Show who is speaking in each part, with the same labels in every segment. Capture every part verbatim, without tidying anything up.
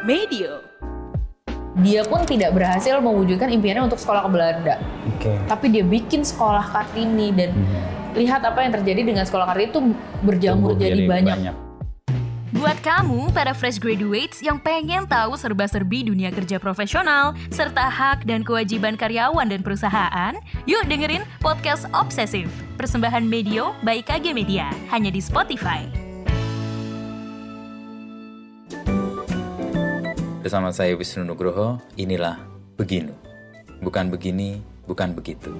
Speaker 1: Medio.
Speaker 2: Dia pun tidak berhasil mewujudkan impiannya untuk sekolah ke Belanda.
Speaker 3: Okay.
Speaker 2: Tapi dia bikin sekolah Kartini dan hmm. lihat apa yang terjadi dengan sekolah Kartini itu berjamur jadi, jadi banyak. banyak.
Speaker 1: Buat kamu, para fresh graduates yang pengen tahu serba-serbi dunia kerja profesional, serta hak dan kewajiban karyawan dan perusahaan, yuk dengerin Podcast Obsesif, persembahan Medio by K G Media, hanya di Spotify.
Speaker 4: Bersama saya Wisnu Nugroho, inilah Beginu. Bukan begini, bukan begitu.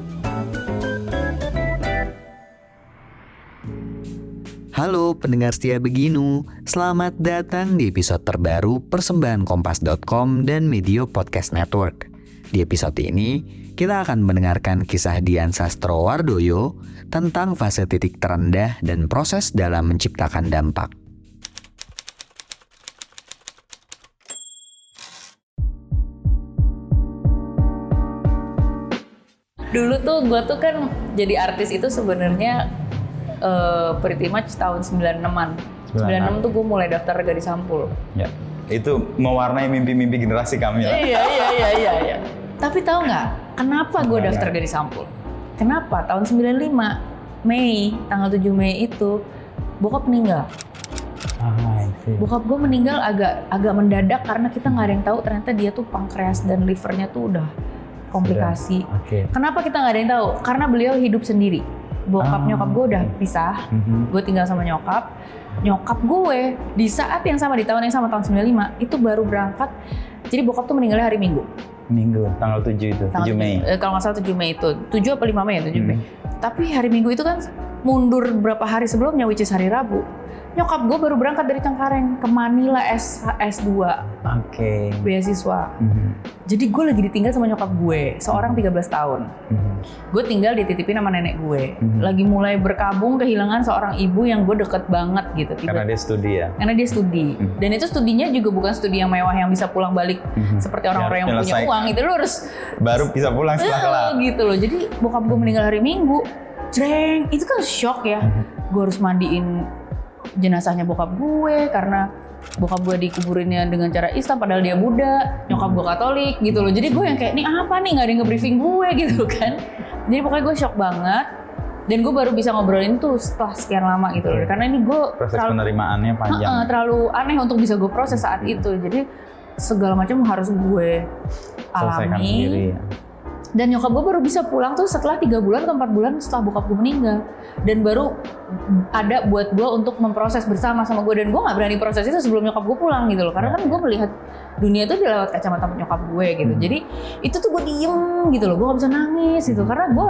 Speaker 5: Halo pendengar setia Beginu, selamat datang di episode terbaru persembahan kompas dot com dan Medio Podcast Network. Di episode ini, kita akan mendengarkan kisah Dian Sastrowardoyo tentang fase titik terendah dan proses dalam menciptakan dampak.
Speaker 2: Dulu tuh gue tuh kan jadi artis itu sebenarnya uh, pretty much tahun sembilan puluh enam-an. sembilan puluh enam tuh gue mulai daftar Gadis Sampul.
Speaker 3: Ya, itu mewarnai mimpi-mimpi generasi kami lah.
Speaker 2: Iya, iya, iya, iya, iya. Tapi tahu nggak kenapa gue daftar Gadis Sampul? Kenapa? Tahun sembilan puluh lima, Mei, tanggal tujuh Mei itu, bokap meninggal.
Speaker 3: Ah,
Speaker 2: bokap gue meninggal agak agak mendadak karena kita nggak ada yang tahu ternyata dia tuh pankreas dan livernya tuh udah komplikasi.
Speaker 3: Okay.
Speaker 2: Kenapa kita nggak ada yang tahu? Karena beliau hidup sendiri. Bokap oh. nyokap gue udah pisah. Mm-hmm. Gue tinggal sama nyokap. Nyokap gue di saat yang sama, di tahun yang sama, tahun sembilan puluh lima itu baru berangkat. Jadi bokap tuh meninggalnya hari Minggu.
Speaker 3: Minggu, tanggal tujuh itu, tanggal tujuh Mei.
Speaker 2: Eh, kalau nggak salah tujuh Mei itu. tujuh apa lima Mei ya? tujuh Mei. Tapi hari Minggu itu kan mundur berapa hari sebelumnya, which is hari Rabu. Nyokap gue baru berangkat dari Cengkareng ke Manila S dua.
Speaker 3: Oke. Okay.
Speaker 2: Beasiswa. Mm-hmm. Jadi gue lagi ditinggal sama nyokap gue, seorang tiga belas tahun. Mm-hmm. Gue tinggal dititipin sama nenek gue. Mm-hmm. Lagi mulai berkabung kehilangan seorang ibu yang gue deket banget gitu. Tiba-
Speaker 3: Karena dia studi ya?
Speaker 2: Karena dia studi. Mm-hmm. Dan itu studinya juga bukan studi yang mewah yang bisa pulang balik mm-hmm. seperti orang-orang yang punya uang. Itu lu harus
Speaker 3: baru bisa pulang setelah kelar.
Speaker 2: Gitu loh. Jadi bokap gue meninggal hari Minggu. Jreng, itu kan shock ya. Mm-hmm. Gue harus mandiin jenazahnya bokap gue karena bokap gue dikuburinnya dengan cara Islam padahal dia Buddha, nyokap gue Katolik gitu loh. Jadi gue yang kayak, nih apa nih, gak ada yang nge-briefing gue gitu kan. Jadi pokoknya gue shock banget. Dan gue baru bisa ngobrolin tuh setelah sekian lama gitu loh. Karena ini gue
Speaker 3: proses terlalu, penerimaannya panjang. Uh, uh,
Speaker 2: terlalu aneh untuk bisa gue proses saat itu. Jadi segala macam harus gue alami. Sendiri, ya. Dan nyokap gue baru bisa pulang tuh setelah tiga bulan ke empat bulan setelah bokap gue meninggal. Dan baru ada buat gue untuk memproses bersama sama gue. Dan gue gak berani proses itu sebelum nyokap gue pulang gitu loh. Karena kan gue melihat dunia itu lewat kacamata nyokap gue gitu. Hmm. Jadi itu tuh gue diem gitu loh. Gue gak bisa nangis gitu. Karena gue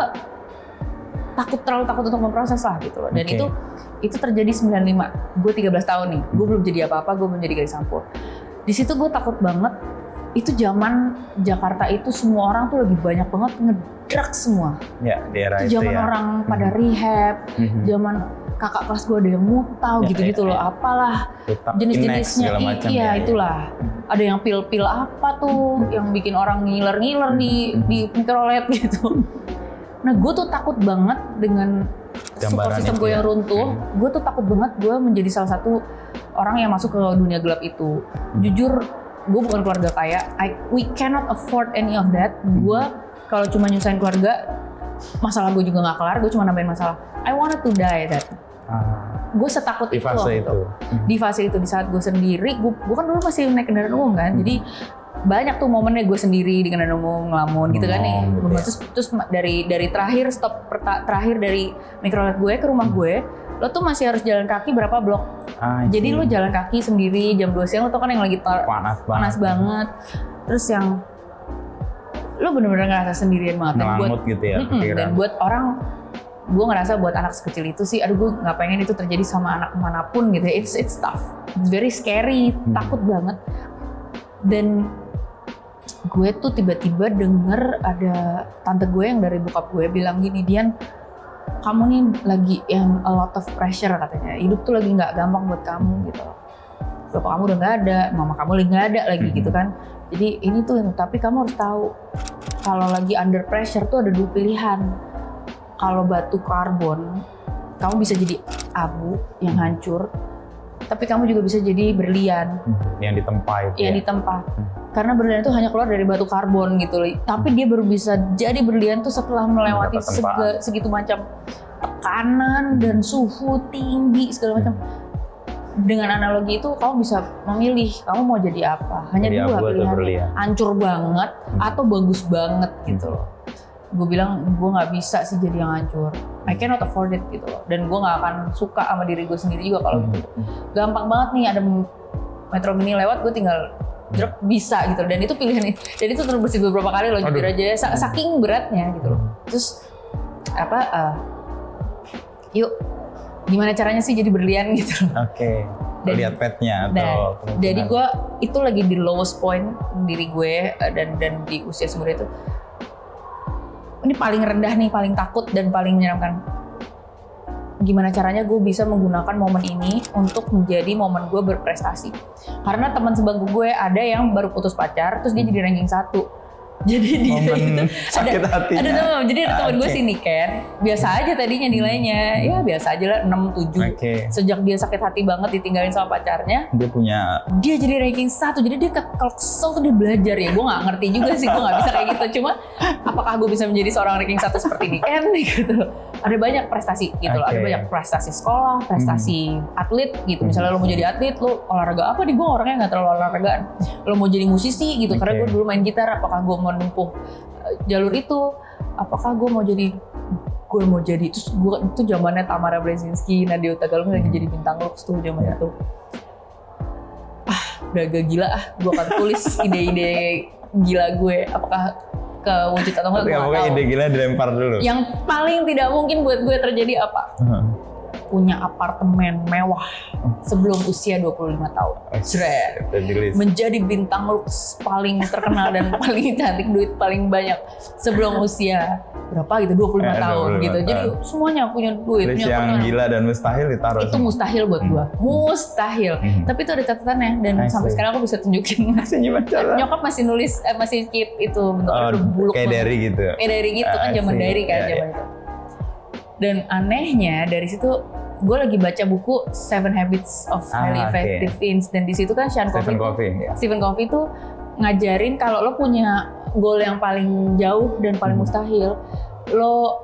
Speaker 2: takut, terlalu takut untuk memproses lah gitu loh. Dan okay. itu itu terjadi sembilan puluh lima. Gue tiga belas tahun nih. Gue belum jadi apa-apa. Gue belum jadi Gadis Sampul. Di situ gue takut banget. Itu zaman Jakarta itu semua orang tuh lagi banyak banget ngedrug semua.
Speaker 3: Ya, di era
Speaker 2: itu. Zaman
Speaker 3: itu ya.
Speaker 2: orang pada rehab, mm-hmm. zaman kakak kelas gue ada yang mutau ya, gitu-gitu ya, loh, ya. Apalah jenis-jenisnya, i- iya ya, itulah. Ya. Ada yang pil-pil apa tuh, mm-hmm. yang bikin orang ngiler-ngiler mm-hmm. di di mikrolet gitu. Nah, gue tuh takut banget dengan support sistem gue yang runtuh. Mm-hmm. Gue tuh takut banget gue menjadi salah satu orang yang masuk ke dunia gelap itu. Mm-hmm. Jujur. Gue bukan keluarga kaya, I, we cannot afford any of that. Gue kalau cuma nyusahin keluarga, masalah gue juga nggak kelar, gue cuma nambahin masalah. I wanted to die that. Ah, gue setakut
Speaker 3: di
Speaker 2: itu
Speaker 3: fase
Speaker 2: waktu
Speaker 3: itu.
Speaker 2: Di fase itu, di saat gue sendiri, gue, gue kan dulu masih naik kendaraan umum kan, hmm. jadi banyak tuh momennya gue sendiri di kendaraan umum ngelamun gitu kan nih. Hmm. Terus, terus dari dari terakhir stop perta, terakhir dari mikrolet gue ke rumah gue. Lo tuh masih harus jalan kaki berapa blok. Ah, jadi lo jalan kaki sendiri jam dua siang, lo tau kan yang lagi tar-
Speaker 3: panas,
Speaker 2: panas banget. Terus yang lo bener-bener ngerasa sendirian banget. Dan buat,
Speaker 3: gitu ya,
Speaker 2: dan buat orang, gue ngerasa buat anak sekecil itu sih, aduh gue nggak pengen itu terjadi sama anak manapun gitu ya. It's it's tough, it's very scary, hmm. takut banget. Dan gue tuh tiba-tiba denger ada tante gue yang dari bokap gue bilang gini, Dian, kamu nih lagi yang a lot of pressure katanya. Hidup tuh lagi nggak gampang buat kamu gitu. Bapak kamu udah nggak ada, mama kamu lagi nggak ada lagi mm-hmm. gitu kan. Jadi ini tuh, tapi kamu harus tahu kalau lagi under pressure tuh ada dua pilihan. Kalau batu karbon, kamu bisa jadi abu yang hancur. tapi kamu juga bisa jadi berlian.
Speaker 3: Yang ditempa itu.
Speaker 2: Yang
Speaker 3: ya?
Speaker 2: ditempa. Karena berlian itu hanya keluar dari batu karbon gitu loh. Tapi dia baru bisa jadi berlian tuh setelah melewati sega, segitu macam tekanan dan suhu tinggi segala macam. Dengan analogi itu kamu bisa memilih kamu mau jadi apa. Hanya jadi dua pilihan. Hancur banget hmm. atau bagus banget gitu loh. Gue bilang gue nggak bisa sih jadi yang hancur. I cannot afford it gitu loh. Dan gue nggak akan suka sama diri gue sendiri juga kalau gitu. Gampang banget nih ada Metro Mini lewat, gue tinggal jeruk bisa gitu. Dan itu pilihan, dan itu terbesit beberapa kali loh jujur aja. Saking beratnya gitu loh. Terus apa? Uh, yuk, gimana caranya sih jadi berlian gitu loh.
Speaker 3: Oke. Okay. Lihat petnya atau.
Speaker 2: Nah, jadi gue itu lagi di lowest point diri gue dan dan di usia seumur itu. Ini paling rendah nih, paling takut dan paling menyeramkan. Gimana caranya gue bisa menggunakan momen ini untuk menjadi momen gue berprestasi. Karena teman sebangku gue ada yang baru putus pacar, terus dia jadi ranking satu. Jadi dia itu
Speaker 3: sakit
Speaker 2: ada,
Speaker 3: hatinya.
Speaker 2: ada teman, jadi ada teman gue sini kan, biasa aja tadinya nilainya, ya biasa aja lah enam tujuh. Okay. Sejak dia sakit hati banget ditinggalin sama pacarnya,
Speaker 3: dia punya,
Speaker 2: dia jadi ranking satu. Jadi dia kalau kesel tuh dia belajar ya. Gue nggak ngerti juga sih, gue nggak bisa kayak gitu. Cuma apakah gue bisa menjadi seorang ranking satu seperti ini kan? Gitu. Ada banyak prestasi gitu loh, okay. Ada banyak prestasi sekolah, prestasi hmm. atlet gitu. Misalnya lo mau jadi atlet, lo olahraga apa nih? Gue orangnya nggak terlalu olahragaan. Lo mau jadi musisi gitu, okay. Karena gue dulu main gitar. Apakah gue menempuh jalur itu? Apakah gue mau jadi gue mau jadi terus gue itu zamannya Tamara Brzezinski, Nadeo Tagalung lagi jadi bintang Lux tuh zaman yeah. itu. Ah, udah agak gila ah. Gue akan tulis ide-ide gila gue. Apakah kewujud atau enggak? Gue
Speaker 3: pokoknya ide gila dilempar dulu.
Speaker 2: Yang paling tidak mungkin buat gue terjadi apa? Uh-huh. Punya apartemen mewah sebelum usia dua puluh lima tahun. Jret. Menjadi bintang Lux paling terkenal dan paling cantik, duit paling banyak sebelum usia berapa gitu, dua puluh lima eh, tahun dua puluh lima gitu. Tahun. Jadi semuanya punya duit.
Speaker 3: List punya yang pernah. Gila dan mustahil ditaruh.
Speaker 2: Itu mustahil buat hmm. gua. Mustahil. Hmm. Tapi itu ada catatannya dan I sampai see. Sekarang aku bisa tunjukin. Nyokap masih nulis, eh, masih keep itu bentuknya
Speaker 3: oh,
Speaker 2: buluk.
Speaker 3: Kayak diary gitu.
Speaker 2: Kayak diary gitu kan, zaman diary kan zaman itu. Dan anehnya dari situ gue lagi baca buku Seven Habits of Highly ah, Effective okay. Teens, dan di situ kan Sean Covey, Covey ya. Stephen Covey tuh ngajarin kalau lo punya goal yang paling jauh dan paling hmm. mustahil, lo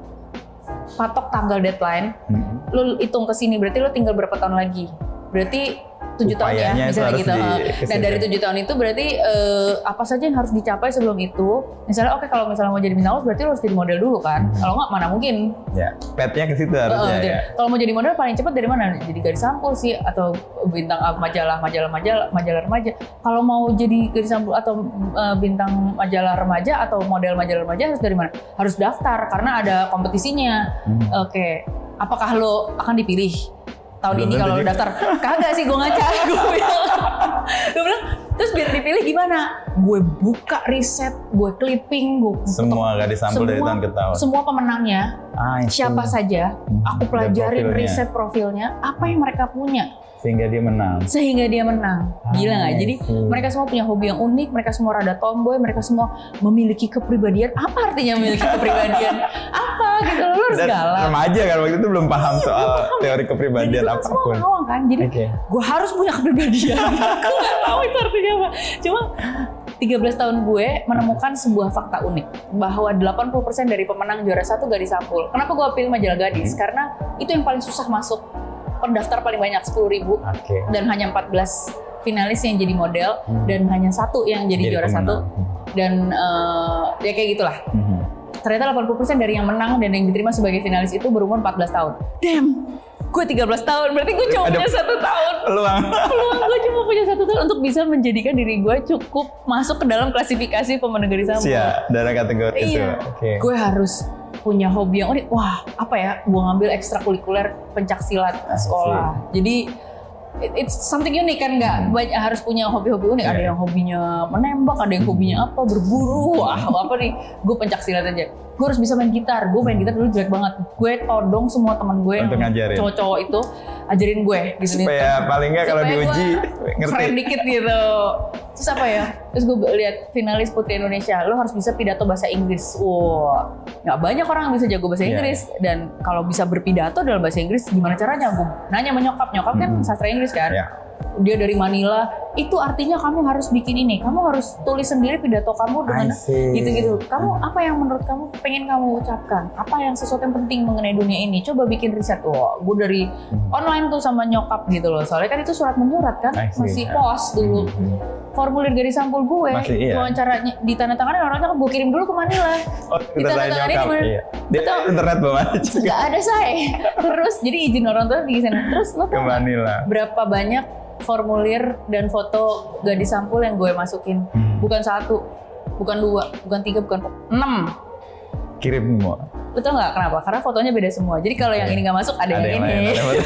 Speaker 2: patok tanggal deadline, hmm. lo hitung ke sini, berarti lo tinggal berapa tahun lagi, berarti tujuh tahun ya misalnya gitu. Dan dari tujuh tahun itu berarti uh, apa saja yang harus dicapai sebelum itu. Misalnya oke okay, kalau misalnya mau jadi bintang berarti lo harus jadi model dulu kan. Hmm. Kalau nggak mana mungkin. Ya, petnya ke situ harusnya. Uh, ya. Kalau mau jadi model paling cepat dari mana? Jadi gadis sampul sih atau bintang uh, majalah majalah majalah majalah remaja. Kalau mau jadi gadis sampul atau uh, bintang majalah remaja atau model majalah remaja harus dari mana? Harus daftar karena ada kompetisinya. Hmm. Oke, okay. Apakah lo akan dipilih tahun belum ini kalau daftar? Kagak sih, gue ngaca. Gue bilang, gue bilang, terus biar dipilih gimana? Gue buka riset, gue clipping, gue
Speaker 3: semua gadis sampul dari tahun ke tahun.
Speaker 2: Semua pemenangnya, ah, siapa saja, aku pelajarin profilnya. Riset profilnya, apa yang mereka punya.
Speaker 3: Sehingga dia menang. Sehingga
Speaker 2: dia menang. Gila nggak? Ah, Jadi see. Mereka semua punya hobi yang unik, mereka semua rada tomboy, mereka semua memiliki kepribadian. Apa artinya memiliki kepribadian? Apa gitu? Lo harus galak.
Speaker 3: Remaja kan waktu itu belum paham soal belum paham. Teori kepribadian
Speaker 2: kan
Speaker 3: apapun.
Speaker 2: Semua ngawang kan. Jadi okay. gue harus punya kepribadian. Aku nggak tahu itu artinya apa. Cuma tiga belas tahun gue menemukan sebuah fakta unik bahwa delapan puluh persen dari pemenang juara satu gadis sampul. Kenapa gue pilih majalah gadis? Hmm. Karena itu yang paling susah masuk. Pendaftar paling banyak sepuluh ribu okay. dan hanya empat belas finalis yang jadi model hmm. dan hanya satu yang jadi, jadi juara pemenang. Satu dan uh, ya kayak gitulah. Hmm. Ternyata delapan puluh persen dari yang menang dan yang diterima sebagai finalis itu berumur empat belas tahun. Damn, gue tiga belas tahun, berarti gue cuma Ada punya satu tahun. Peluang. Peluang gue cuma punya satu tahun untuk bisa menjadikan diri gue cukup masuk ke dalam klasifikasi pemenang gadis sampul.
Speaker 3: Siap, dalam kategori itu.
Speaker 2: Iya, okay. Gue harus punya hobi yang unik. Wah, apa ya? Gue ngambil ekstrakurikuler pencak silat sekolah. Jadi it's something unik kan, nggak banyak harus punya hobi-hobi unik. Yeah. Ada yang hobinya menembak, ada yang hobinya apa, berburu. Wah, apa nih? Gue pencak silat aja. gue harus bisa main gitar. Gue main gitar dulu jelek banget. Gue todong semua teman gue yang cowok-cowok itu ajarin gue gitu.
Speaker 3: Supaya paling nggak kalau diuji ngerti.
Speaker 2: Keren dikit gitu. Terus apa ya? Terus gue lihat finalis Putri Indonesia, lo harus bisa pidato bahasa Inggris. Wow, nggak banyak orang yang bisa jago bahasa Inggris. Yeah. Dan kalau bisa berpidato dalam bahasa Inggris, gimana caranya? Gue nanya sama nyokap, nyokap kan hmm. sastra Inggris kan. Yeah. Dia dari Manila, itu artinya kamu harus bikin ini, kamu harus tulis sendiri pidato kamu dengan gitu-gitu. Kamu apa yang menurut kamu pengen kamu ucapkan? Apa yang sesuatu yang penting mengenai dunia ini? Coba bikin riset. Wah, gue dari online tuh sama nyokap gitu loh. Soalnya kan itu surat menyurat kan, masih pos dulu. Formulir garis sampul gue, iya. Wawancaranya ditandatangani orangnya gue kirim dulu ke Manila.
Speaker 3: Oh, ditandatangani di mana? Iya. Di internet bawah.
Speaker 2: Gak ada saya. Terus jadi izin orang tua di sana. Terus lo
Speaker 3: ke Manila.
Speaker 2: Berapa banyak formulir dan foto gadis sampul yang gue masukin? Hmm. Bukan satu, bukan dua, bukan tiga, bukan enam.
Speaker 3: Kirim semua.
Speaker 2: Lo tau nggak kenapa? Karena fotonya beda semua. Jadi kalau yang ini nggak masuk, ada, ada yang, yang ini. Lain,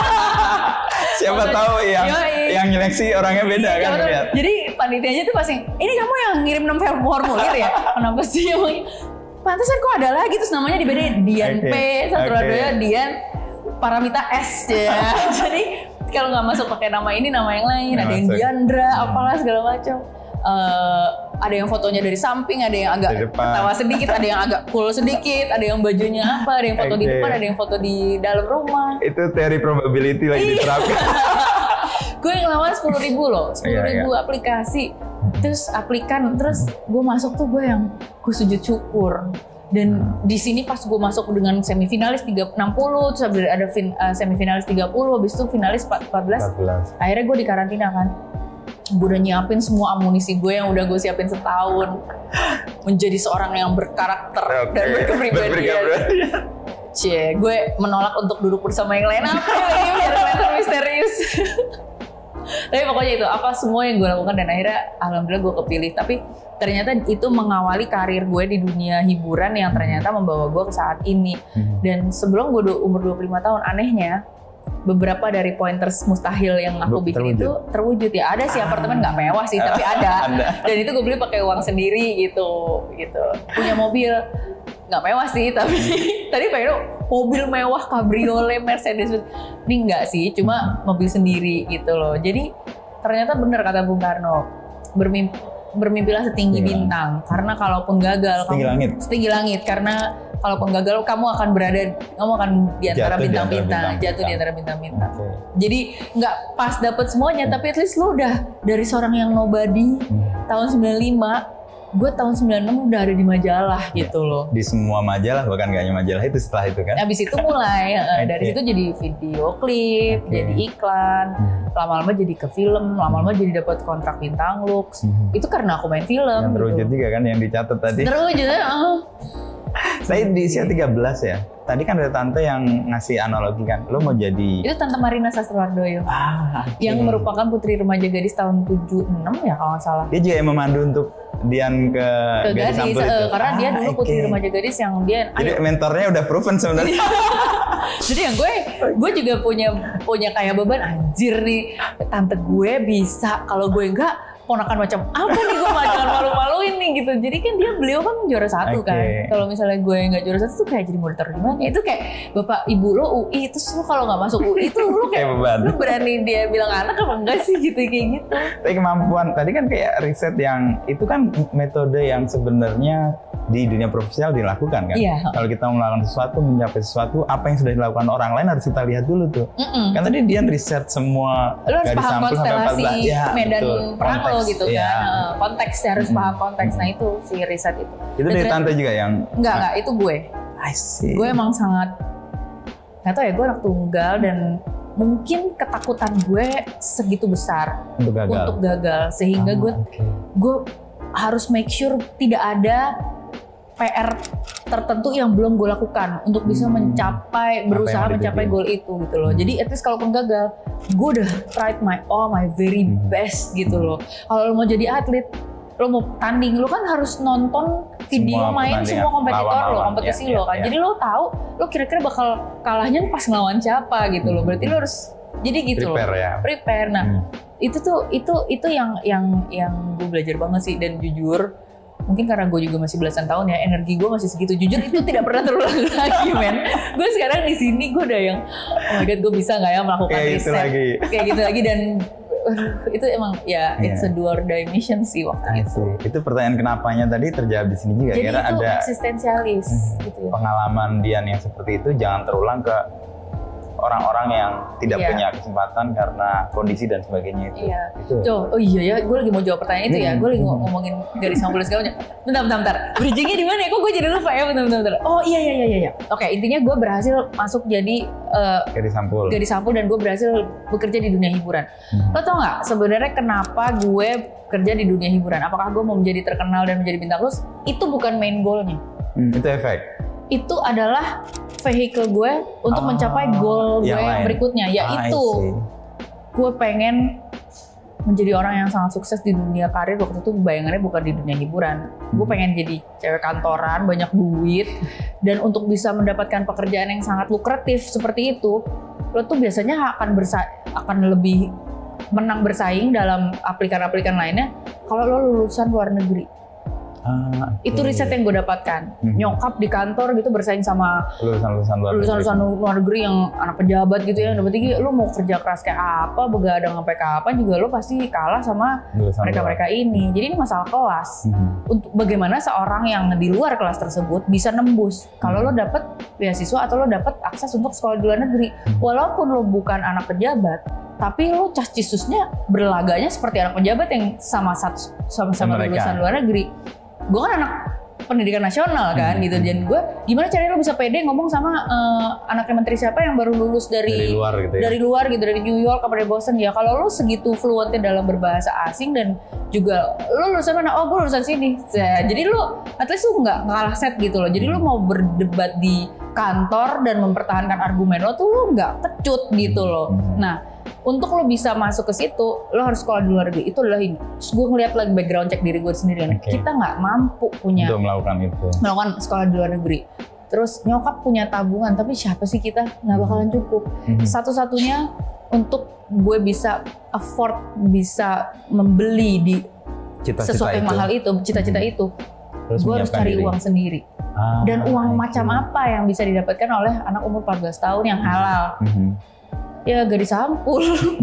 Speaker 3: Siapa foto, tahu yang yoi. yang nyeleksi orangnya beda iya, kan? Lihat.
Speaker 2: Jadi panitianya tuh pasti, ini kamu yang ngirim enam formulir ya? Kenapa sih emang? Pantesan kok ada lagi terus namanya dibedain Dian okay. P, Sastradoya, okay. Dian Paramita S ya. Jadi kalau nggak masuk pakai nama ini, nama yang lain, nggak ada yang Diandra, hmm. apalah segala macam. Uh, ada yang fotonya dari samping, ada yang agak ketawa sedikit, ada yang agak cool sedikit, ada yang bajunya apa, ada yang foto okay. di depan, ada yang foto di dalam rumah.
Speaker 3: Itu teori probability lagi diterapkan.
Speaker 2: Gue ngelawan sepuluh ribu loh, sepuluh ribu yeah, yeah. aplikasi, terus aplikan, terus gue masuk tuh gue yang gue sujud syukur. Dan hmm. di sini pas gue masuk dengan semifinalis tiga enam puluh, terus ada fin, uh, semifinalis tiga puluh, habis itu finalis empat belas. Akhirnya gue dikarantina kan. Gue udah nyiapin semua amunisi gue yang udah gue siapin setahun. Menjadi seorang yang berkarakter okay. dan berkepribadian. Cie, gue menolak untuk duduk bersama yang lain. Apa lagi biar kelihatan misterius. Tapi pokoknya itu apa semua yang gue lakukan dan akhirnya alhamdulillah gue kepilih. Tapi ternyata itu mengawali karir gue di dunia hiburan yang ternyata membawa gue ke saat ini. Dan sebelum gue umur dua puluh lima tahun, anehnya beberapa dari pointers mustahil yang aku bikin terwujud. itu terwujud ya. Ada sih apartemen nggak mewah sih, tapi ada. Dan itu gue beli pakai uang sendiri gitu, gitu. Punya mobil nggak mewah sih, tapi tadi pengen mobil mewah, cabriolet, Mercedes. Ini enggak sih, cuma mobil sendiri gitu loh. Jadi ternyata benar kata Bung Karno, bermimpi, bermimpilah setinggi Setinggi bintang. Langit. Karena kalaupun gagal,
Speaker 3: setinggi
Speaker 2: kamu,
Speaker 3: langit.
Speaker 2: Setinggi langit. Karena kalaupun gagal, kamu akan berada, kamu akan di antara bintang-bintang, jatuh di antara bintang-bintang. Okay. Jadi nggak pas dapet semuanya, hmm. tapi at least lo udah dari seorang yang nobody hmm. tahun sembilan puluh lima. Gue tahun sembilan puluh enam udah ada di majalah ya, gitu loh. Di
Speaker 3: semua majalah, bahkan gak hanya majalah itu setelah itu kan.
Speaker 2: Habis itu mulai, okay. dari situ jadi video klip, okay. jadi iklan, hmm. lama-lama jadi ke film, lama-lama hmm. jadi dapat kontrak bintang Lux. Hmm. Itu karena aku main film.
Speaker 3: Yang terwujud
Speaker 2: gitu.
Speaker 3: juga kan yang dicatat tadi.
Speaker 2: Terwujud ya.
Speaker 3: Saya di usia tiga belas ya. Tadi kan ada tante yang ngasih analogi kan, lo mau jadi...
Speaker 2: Itu Tante Marina Sastrawardoyo. Ah, okay. Yang merupakan putri remaja gadis tahun tujuh puluh enam ya kalau nggak salah.
Speaker 3: Dia juga yang memandu untuk Dian ke,
Speaker 2: ke gadis, gadis sampul itu. Karena ah, dia dulu putri okay. remaja gadis yang dia...
Speaker 3: Jadi ayo. Mentornya udah proven sebenarnya.
Speaker 2: Jadi yang gue, gue juga punya punya kayak beban, anjir nih, tante gue bisa, kalau gue enggak, ponakan macam apa nih, gue jangan malu-maluin nih gitu. Jadi kan dia beliau kan juara satu okay. kan. Kalau misalnya gue nggak juara satu tuh kayak jadi mau ditaruh di mana? Itu kayak bapak ibu lo U I, terus lo kalau nggak masuk U I itu lo kayak lo berani dia bilang anak apa enggak sih gitu kayak gitu.
Speaker 3: Tapi kemampuan tadi kan kayak riset yang itu kan metode yang sebenarnya di dunia profesional dilakukan kan.
Speaker 2: Iya.
Speaker 3: Kalau kita melakukan sesuatu, mencapai sesuatu, apa yang sudah dilakukan orang lain harus kita lihat dulu tuh. Mm-mm. Kan tadi dia riset semua
Speaker 2: gadis sampul sampai empat belas ya, medan perang lo gitu
Speaker 3: ya.
Speaker 2: kan. Konteksnya harus mm-hmm. paham konteks. Nah itu si riset itu.
Speaker 3: Itu dari tante juga yang?
Speaker 2: Enggak, enggak. Itu gue.
Speaker 3: I see.
Speaker 2: Gue emang sangat, nggak tau ya, gue anak tunggal dan mungkin ketakutan gue segitu besar
Speaker 3: untuk gagal,
Speaker 2: untuk gagal. Sehingga ah, gue, okay. gue harus make sure tidak ada P R tertentu yang belum gue lakukan untuk bisa mencapai, berusaha mencapai goal itu gitu loh. Hmm. Jadi at least kalaupun gagal, gue udah tried my all, my very hmm. best gitu loh. Kalau lo mau jadi atlet, lo mau tanding, lo kan harus nonton video semua main semua kompetitor lo, kompetisi ya, lo kan. Ya, ya. Jadi lo tahu, lo kira-kira bakal kalahnya pas ngelawan siapa gitu loh. Berarti lo harus jadi gitu
Speaker 3: prepare,
Speaker 2: loh.
Speaker 3: Ya.
Speaker 2: Prepare. Nah, hmm. itu tuh itu itu yang yang yang gue belajar banget sih, dan jujur mungkin karena gue juga masih belasan tahun ya, energi gue masih segitu. Jujur itu tidak pernah terulang lagi, men. Gue sekarang di sini gue udah yang, oh my god, gue bisa nggak ya melakukan
Speaker 3: kayak
Speaker 2: riset
Speaker 3: gitu lagi.
Speaker 2: kayak gitu lagi dan uh, itu emang ya yeah. It's a do or die mission sih waktu itu.
Speaker 3: Itu pertanyaan kenapanya tadi terjawab di sini juga.
Speaker 2: Jadi
Speaker 3: Kira
Speaker 2: itu
Speaker 3: ada
Speaker 2: eksistensialis
Speaker 3: hmm,
Speaker 2: gitu ya.
Speaker 3: Pengalaman Dian yang seperti itu jangan terulang ke orang-orang yang tidak
Speaker 2: iya.
Speaker 3: punya kesempatan karena kondisi dan sebagainya itu.
Speaker 2: Iya.
Speaker 3: Itu.
Speaker 2: Tuh, oh iya ya, gue lagi mau jawab pertanyaan itu ya.
Speaker 3: Hmm.
Speaker 2: Gue lagi ngomongin garis hampulan segala macam. Bentar, bentar, bentar. Bridging-nya di mana ya? Kok gue jadi lupa ya? Bentar, bentar, bentar. Oh iya, iya, iya, iya. Oke, intinya gue berhasil masuk jadi uh,
Speaker 3: Gadis sampul.
Speaker 2: Gadis sampul dan gue berhasil bekerja di dunia hiburan. Hmm. Lo tau nggak sebenarnya kenapa gue kerja di dunia hiburan? Apakah gue mau menjadi terkenal dan menjadi bintang terus? Itu bukan main goal-nya.
Speaker 3: Hmm, itu efek.
Speaker 2: Itu adalah vehicle gue untuk
Speaker 3: oh,
Speaker 2: mencapai goal gue yang berikutnya, yaitu ah, gue pengen menjadi orang yang sangat sukses di dunia karir. Waktu itu bayangannya bukan di dunia hiburan, hmm. gue pengen jadi cewek kantoran, banyak duit, dan untuk bisa mendapatkan pekerjaan yang sangat lukratif seperti itu, lo tuh biasanya akan bersa akan lebih menang bersaing dalam aplikan-aplikan lainnya kalau lo lulusan luar negeri.
Speaker 3: Ah, okay.
Speaker 2: Itu riset yang gue dapatkan. Hmm. Nyokap di kantor gitu bersaing sama
Speaker 3: lulusan-lulusan luar,
Speaker 2: lulusan luar negeri yang anak pejabat gitu ya. Dapat tinggi, lu mau kerja keras kayak apa, begadang sampai kapan juga lu pasti kalah sama mereka-mereka ini. Jadi ini masalah kelas. Hmm. Untuk bagaimana seorang yang di luar kelas tersebut bisa nembus kalau hmm. lo dapet beasiswa atau lo dapet akses untuk sekolah di luar negeri. Hmm. Walaupun lo bukan anak pejabat, tapi lo cas cisusnya berlaganya seperti anak pejabat yang sama satu sama-sama lulusan luar negeri. Gue kan anak pendidikan nasional kan hmm. gitu, dan gue gimana caranya lo bisa pede ngomong sama uh, anaknya menteri siapa yang baru lulus dari dari luar gitu ya? dari luar gitu dari New York apa dari Boston ya. Kalau lo segitu fluentnya dalam berbahasa asing dan juga lo lulusan mana? Oh gue lulusan sini. Ya, jadi lo at least lo nggak kalah set gitu loh. Jadi hmm. lo mau berdebat di kantor dan mempertahankan argumen lo tuh lo nggak kecut gitu loh. Hmm. Nah, untuk lo bisa masuk ke situ, lo harus sekolah di luar negeri. Itu adalah ini. Terus gue ngeliat lagi background check diri gue sendiri. Okay. Kita nggak mampu punya
Speaker 3: untuk melakukan itu.
Speaker 2: Melakukan sekolah di luar negeri. Terus nyokap punya tabungan, tapi siapa sih kita nggak bakalan cukup. Mm-hmm. Satu-satunya untuk gue bisa afford, bisa membeli di cita-cita sesuatu yang itu. mahal itu, cita-cita mm-hmm. itu, terus gue harus cari diri. uang sendiri. Ah, Dan uang itu. macam apa yang bisa didapatkan oleh anak umur empat belas tahun yang halal? Mm-hmm. Ya gadis sampul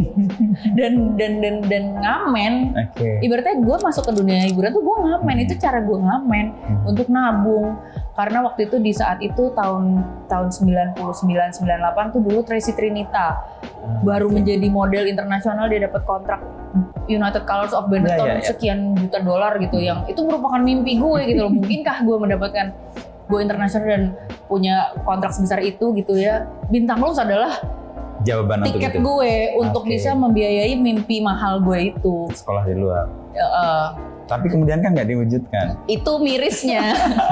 Speaker 2: dan dan dan dan ngamen. Okay. Ibaratnya gue masuk ke dunia hiburan tuh gue ngamen. Hmm. Itu cara gue ngamen hmm. untuk nabung. Karena waktu itu di saat itu tahun tahun sembilan puluh sembilan sembilan puluh delapan tuh dulu Tracy Trinita hmm. baru okay. menjadi model internasional. Dia dapat kontrak United Colors of Benetton yeah, yeah, yeah. sekian juta dolar gitu, yang itu merupakan mimpi gue gitu loh. Mungkinkah gue mendapatkan go internasional dan punya kontrak sebesar itu gitu ya. Bintang Lulus adalah
Speaker 3: jawaban
Speaker 2: tiket
Speaker 3: untuk
Speaker 2: gue untuk okay. bisa membiayai mimpi mahal gue itu.
Speaker 3: Sekolah di luar.
Speaker 2: Uh,
Speaker 3: Tapi kemudian kan nggak diwujudkan.
Speaker 2: Itu mirisnya.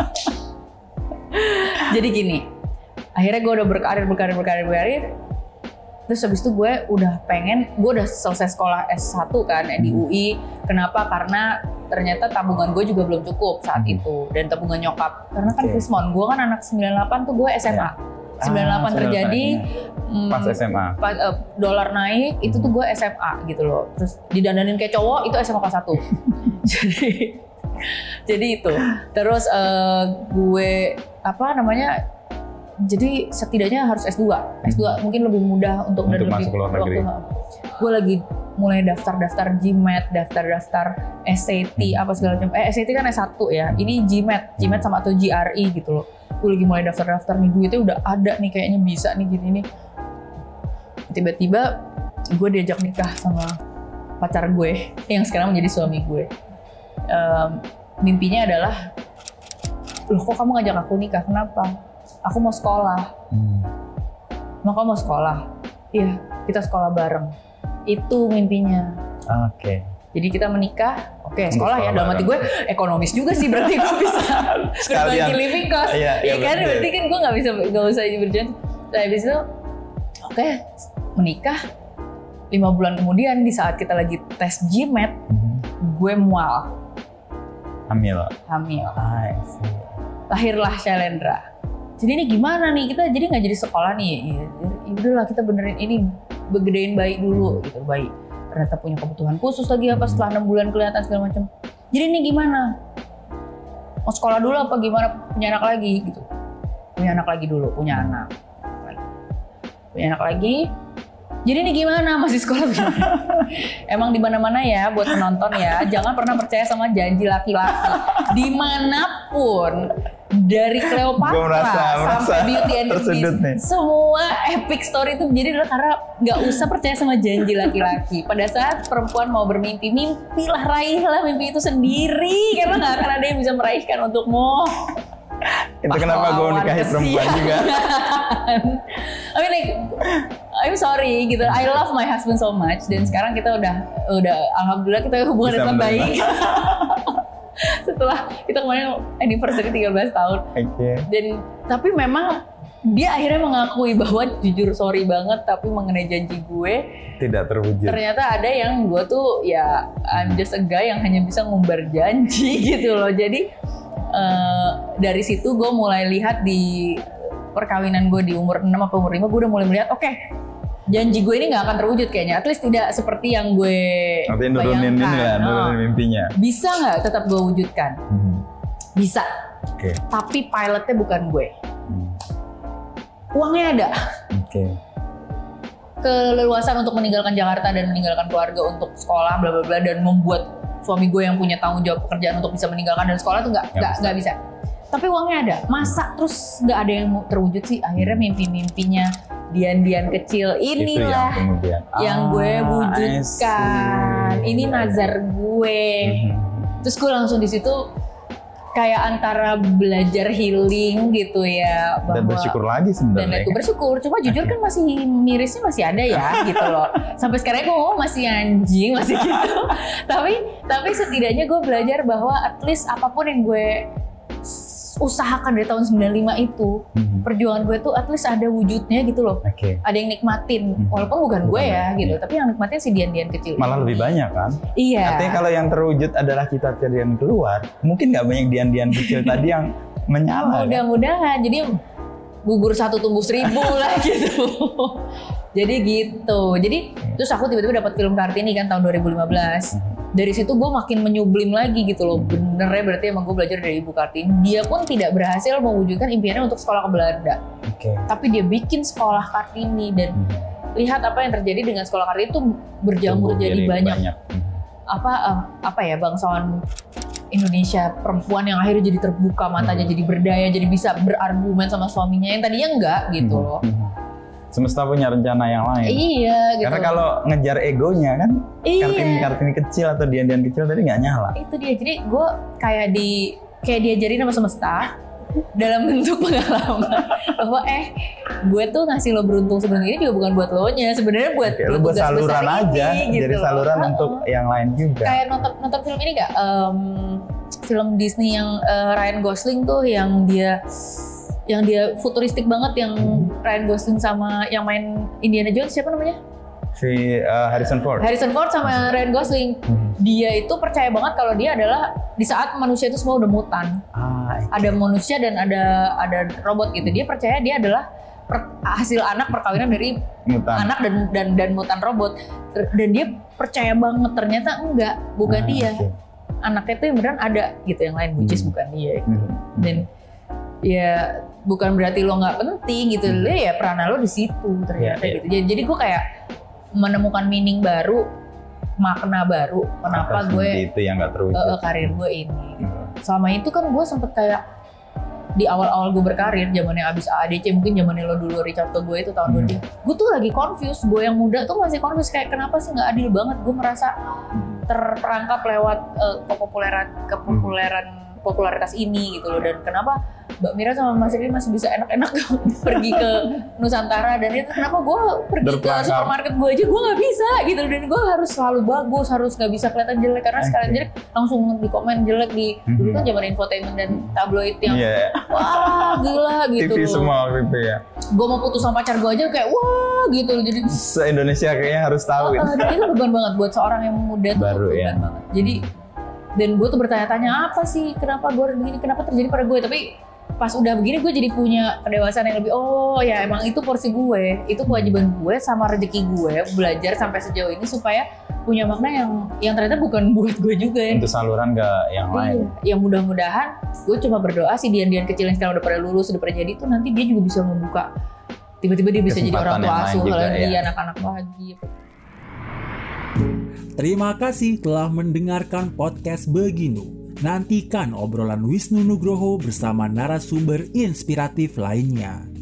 Speaker 2: Jadi gini, akhirnya gue udah berkarir, berkarir, berkarir, berkarir. Terus habis itu gue udah pengen, gue udah selesai sekolah S satu kan di U I. Kenapa? Karena ternyata tabungan gue juga belum cukup saat hmm. itu. Dan tabungan nyokap. Karena kan okay. Krismon, gue kan anak sembilan puluh delapan tuh gue S M A. Yeah. sembilan puluh delapan ah, terjadi
Speaker 3: hmm, pas S M A.
Speaker 2: Pas uh, dolar naik hmm. itu tuh gue S M A gitu loh. Terus didandanin kayak cowok itu S M A kelas satu. jadi jadi itu. Terus uh, gue apa namanya? Jadi setidaknya harus S dua. S dua mungkin lebih mudah untuk,
Speaker 3: untuk
Speaker 2: lebih
Speaker 3: masuk ke luar negeri.
Speaker 2: Gue lagi mulai daftar-daftar GMAT, daftar-daftar S A T hmm. apa segala macam. Eh S A T kan S satu ya. Ini GMAT, GMAT sama atau G R E gitu loh. Gue lagi mulai daftar-daftar nih, duitnya udah ada nih, kayaknya bisa nih gini nih. Tiba-tiba gue diajak nikah sama pacar gue yang sekarang menjadi suami gue. Um, mimpinya adalah, loh kok kamu ngajak aku nikah, kenapa? Aku mau sekolah. Hmm. Mau kamu mau sekolah? Iya, kita sekolah bareng. Itu mimpinya.
Speaker 3: Oke. Okay.
Speaker 2: Jadi kita menikah, oke okay, sekolah, sekolah ya. Dalam hati gue ekonomis juga sih, berarti gue bisa berbagi living cost. Iya, ya kan, betul. Berarti kan gue nggak bisa nggak usah berjuang. Nah, habis itu, oke okay, menikah. Lima bulan kemudian di saat kita lagi tes GMAT, mm-hmm. gue mual.
Speaker 3: Hamil.
Speaker 2: Hamil.
Speaker 3: Ah,
Speaker 2: lahirlah Shalendra. Jadi ini gimana nih, kita jadi nggak jadi sekolah nih. Ya, ya udahlah kita benerin ini, begedein bayi dulu gitu, bayi. Ternyata punya kebutuhan khusus lagi apa setelah enam bulan kelihatan segala macam. Jadi ini gimana? mau sekolah dulu apa gimana, punya anak lagi gitu. Punya anak lagi dulu, punya anak. Punya anak lagi. Jadi ini gimana, masih sekolah gimana? Emang di mana-mana ya buat penonton ya, jangan pernah percaya sama janji laki-laki. Dimanapun, dari Cleopatra
Speaker 3: merasa,
Speaker 2: sampai
Speaker 3: merasa
Speaker 2: Beauty and the Beast, semua epic story itu jadi adalah karena nggak usah percaya sama janji laki-laki. Pada saat perempuan mau bermimpi, mimpilah, raihlah mimpi itu sendiri, karena nggak akan ada yang bisa meraihkan untukmu.
Speaker 3: Itu kenapa gue nikahi perempuan juga.
Speaker 2: I mean like, I'm sorry gitu. I love my husband so much, dan sekarang kita udah udah alhamdulillah kita hubungan dengan baik. Setelah kita kemarin anniversary tiga belas tahun.
Speaker 3: Okay.
Speaker 2: Dan tapi memang dia akhirnya mengakui bahwa jujur sorry banget, tapi mengenai janji gue
Speaker 3: tidak terwujud. Ternyata
Speaker 2: ada yang gue tuh ya I'm just a guy yang hanya bisa ngumbar janji gitu loh. Jadi uh, dari situ gue mulai lihat di perkawinan gue di umur enam atau umur lima, gue udah mulai melihat oke, okay, janji gue ini gak akan terwujud kayaknya, at least tidak seperti yang gue
Speaker 3: artinya nurunin ini lah, nurunin mimpinya.
Speaker 2: Bisa gak tetap gue wujudkan? Hmm. Bisa,
Speaker 3: okay.
Speaker 2: Tapi pilotnya bukan gue. hmm. Uangnya ada,
Speaker 3: okay.
Speaker 2: Keleluasan untuk meninggalkan Jakarta dan meninggalkan keluarga untuk sekolah bla bla bla, dan membuat suami gue yang punya tanggung jawab pekerjaan untuk bisa meninggalkan dan sekolah tuh gak, gak, gak bisa. Tapi uangnya ada, masa terus nggak ada yang terwujud sih? Akhirnya mimpi-mimpinya Dian-Dian kecil inilah yang, yang ah, gue wujudkan. Ini nazar gue. Mm-hmm. Terus gue langsung di situ kayak antara belajar healing gitu ya. Bahwa,
Speaker 3: dan bersyukur lagi sebenarnya. Dan
Speaker 2: itu bersyukur, cuma jujur kan masih mirisnya masih ada ya gitu loh. Sampai sekarang gue ngomong masih anjing, masih gitu. tapi tapi setidaknya gue belajar bahwa at least apapun yang gue usahakan dari tahun sembilan puluh lima itu, mm-hmm. perjuangan gue tuh at least ada wujudnya gitu loh.
Speaker 3: Okay.
Speaker 2: Ada yang nikmatin, mm-hmm. walaupun bukan, bukan gue ya gitu, iya. Tapi yang nikmatin si Dian-Dian kecil.
Speaker 3: Malah ini. Lebih banyak kan?
Speaker 2: Iya.
Speaker 3: Artinya kalau yang terwujud adalah kita Dian keluar, mungkin nggak banyak Dian-Dian kecil tadi yang menyala.
Speaker 2: Mudah-mudahan, kan? Jadi gugur satu tumbuh seribu lah gitu. Jadi gitu. Jadi hmm. terus aku tiba-tiba dapat film Kartini kan tahun dua ribu lima belas. Hmm. Dari situ gue makin menyublim lagi gitu loh. Bener ya, berarti emang gue belajar dari Ibu Kartini. Dia pun tidak berhasil mewujudkan impiannya untuk sekolah ke Belanda.
Speaker 3: Okay.
Speaker 2: Tapi dia bikin sekolah Kartini, dan hmm. lihat apa yang terjadi dengan sekolah Kartini itu berjamur jadi, jadi banyak, banyak. apa uh, apa ya bangsawan Indonesia perempuan yang akhirnya jadi terbuka matanya, hmm. jadi berdaya, jadi bisa berargumen sama suaminya yang tadinya enggak gitu loh.
Speaker 3: Hmm. Semesta punya rencana yang lain.
Speaker 2: Iya gitu.
Speaker 3: Karena kalau ngejar egonya kan,
Speaker 2: iya.
Speaker 3: Kartini-Kartini kecil atau Dian-Dian kecil tadi nggak nyala.
Speaker 2: Itu dia. Jadi gue kayak di kayak diajarin sama semesta dalam bentuk pengalaman bahwa eh gue tuh ngasih lo beruntung sebenarnya ini juga bukan buat lo nya, sebenarnya buat
Speaker 3: Oke, lo buat saluran aja,
Speaker 2: ini, gitu
Speaker 3: jadi saluran loh. Untuk uh-uh. yang lain juga.
Speaker 2: Kayak nonton nonton film ini nggak? Um, film Disney yang uh, Ryan Gosling tuh yang dia yang dia futuristik banget, yang Ryan Gosling sama yang main Indiana Jones, siapa namanya?
Speaker 3: Si uh, Harrison Ford.
Speaker 2: Harrison Ford sama Ryan Gosling. Hmm. Dia itu percaya banget kalau dia adalah di saat manusia itu semua udah mutan. Ah, okay. Ada manusia dan ada ada robot gitu. Dia percaya dia adalah per, hasil anak perkawinan dari mutan. Anak dan dan dan mutan robot. Dan dia percaya banget ternyata enggak, bukan ah, dia. Okay. Anaknya itu yang beneran ada gitu, yang lain which is hmm. bukan dia. Gitu. Hmm. Dan ya bukan berarti lo nggak penting gitu, lo ya peranan lo di situ ternyata yeah, gitu. Jadi, jadi gue kayak menemukan meaning baru, makna baru, kenapa gue
Speaker 3: itu yang nggak terwujud
Speaker 2: uh, karir gue ini. Gitu. Selama itu kan gue sempet kayak di awal-awal gue berkarir, zamannya abis A A D C, mungkin zamannya lo dulu Richard ke gue itu tahun hmm. dua ribu. Gue tuh lagi confused, gue yang muda tuh masih confused kayak kenapa sih nggak adil banget. Gue merasa terperangkap lewat uh, kepopuleran kepopuleran hmm. popularitas ini gitu loh, dan kenapa Mbak Mira sama Mas Riri masih bisa enak-enak pergi ke Nusantara, dan itu kenapa gue pergi ke supermarket gue aja gue nggak bisa gitu, dan gue harus selalu bagus, harus nggak bisa kelihatan jelek, karena sekalian jelek langsung di komen jelek di mm-hmm. dulu kan zaman infotainment dan tabloid yang yeah. wah gila gitu.
Speaker 3: T V semua gitu ya.
Speaker 2: Gue mau putus sama pacar gue aja kayak wah gitu, jadi
Speaker 3: se-Indonesia kayaknya harus tahu.
Speaker 2: Oh, dan itu beban banget buat seorang yang muda tuh.
Speaker 3: Baru ya.
Speaker 2: Banget. Jadi dan gue tuh bertanya-tanya apa sih, kenapa gue harus begini, kenapa terjadi pada gue. Tapi pas udah begini gue jadi punya kedewasaan yang lebih, oh ya emang itu porsi gue, itu kewajiban gue sama rezeki gue belajar sampai sejauh ini supaya punya makna yang yang ternyata bukan buat gue juga ya.
Speaker 3: Untuk saluran ke yang
Speaker 2: Iya.
Speaker 3: lain.
Speaker 2: Yang mudah-mudahan gue cuma berdoa sih Dian-Dian kecil yang sekarang udah pada lulus, udah pada jadi tuh nanti dia juga bisa membuka, tiba-tiba dia bisa jadi orang tua asuh lagi, ya. anak-anak lagi.
Speaker 6: Terima kasih telah mendengarkan podcast Beginu. Nantikan obrolan Wisnu Nugroho bersama narasumber inspiratif lainnya.